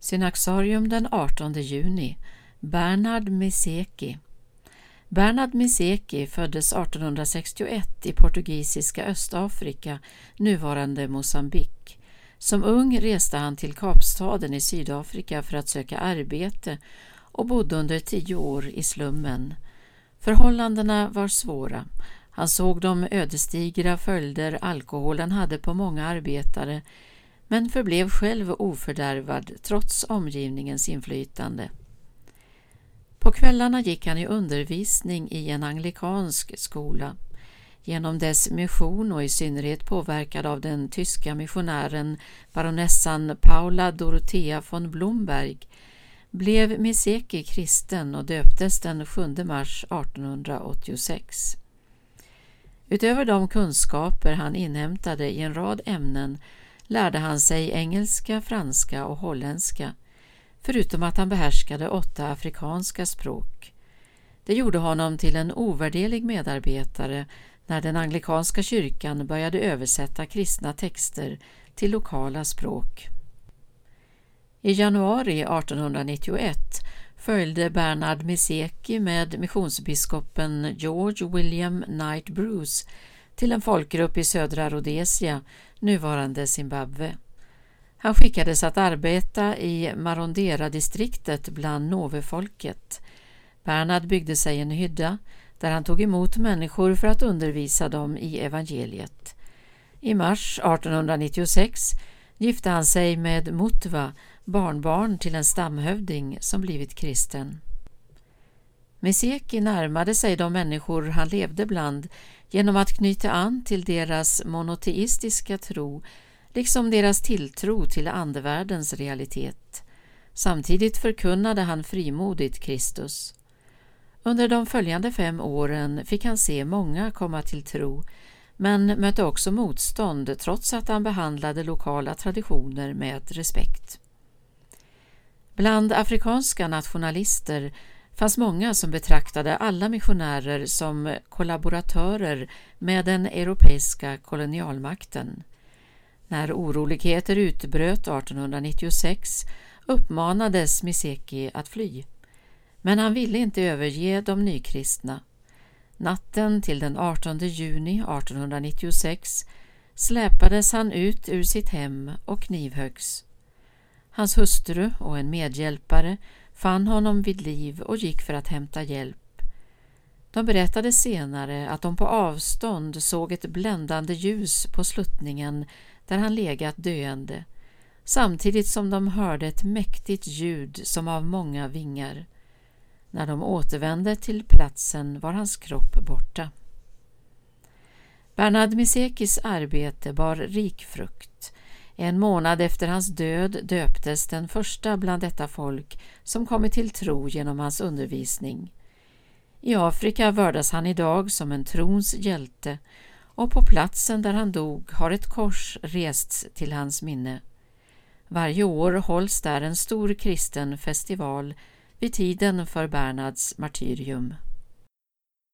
Synaxarium den 18 juni. Bernard Miseki. Bernard Miseki föddes 1861 i portugisiska Östafrika, nuvarande Mosambik. Som ung reste han till Kapstaden i Sydafrika för att söka arbete och bodde under 10 år i slummen. Förhållandena var svåra. Han såg de ödesdigra följder alkoholen hade på många arbetare, men förblev själv ofördärvad trots omgivningens inflytande. På kvällarna gick han i undervisning i en anglikansk skola. Genom dess mission och i synnerhet påverkad av den tyska missionären baronessan Paula Dorothea von Blomberg blev Miseki kristen och döptes den 7 mars 1886. Utöver de kunskaper han inhämtade i en rad ämnen lärde han sig engelska, franska och holländska, förutom att han behärskade 8 afrikanska språk. Det gjorde honom till en ovärderlig medarbetare när den anglikanska kyrkan började översätta kristna texter till lokala språk. I januari 1891 följde Bernard Miseki med missionsbiskopen George William Knight Bruce till en folkgrupp i södra Rhodesia, nuvarande Zimbabwe. Han skickades att arbeta i Marondera-distriktet bland Novefolket. Bernard byggde sig en hydda där han tog emot människor för att undervisa dem i evangeliet. I mars 1896 gifte han sig med Mutwa, barnbarn till en stamhövding som blivit kristen. Miseki närmade sig de människor han levde bland genom att knyta an till deras monoteistiska tro, liksom deras tilltro till andevärldens realitet. Samtidigt förkunnade han frimodigt Kristus. Under de följande 5 åren fick han se många komma till tro, men mötte också motstånd trots att han behandlade lokala traditioner med respekt. Bland afrikanska nationalister fanns många som betraktade alla missionärer som kollaboratörer med den europeiska kolonialmakten. När oroligheter utbröt 1896 uppmanades Miseki att fly. Men han ville inte överge de nykristna. Natten till den 18 juni 1896 släpades han ut ur sitt hem och knivhöggs. Hans hustru och en medhjälpare fann honom vid liv och gick för att hämta hjälp. De berättade senare att de på avstånd såg ett bländande ljus på sluttningen där han legat döende, samtidigt som de hörde ett mäktigt ljud som av många vingar. När de återvände till platsen var hans kropp borta. Bernard Misekis arbete bar rik frukt. 1 månad efter hans död döptes den första bland detta folk som kommit till tro genom hans undervisning. I Afrika vördas han idag som en trons hjälte, och på platsen där han dog har ett kors rests till hans minne. Varje år hålls där en stor kristen festival vid tiden för Bernards martyrium.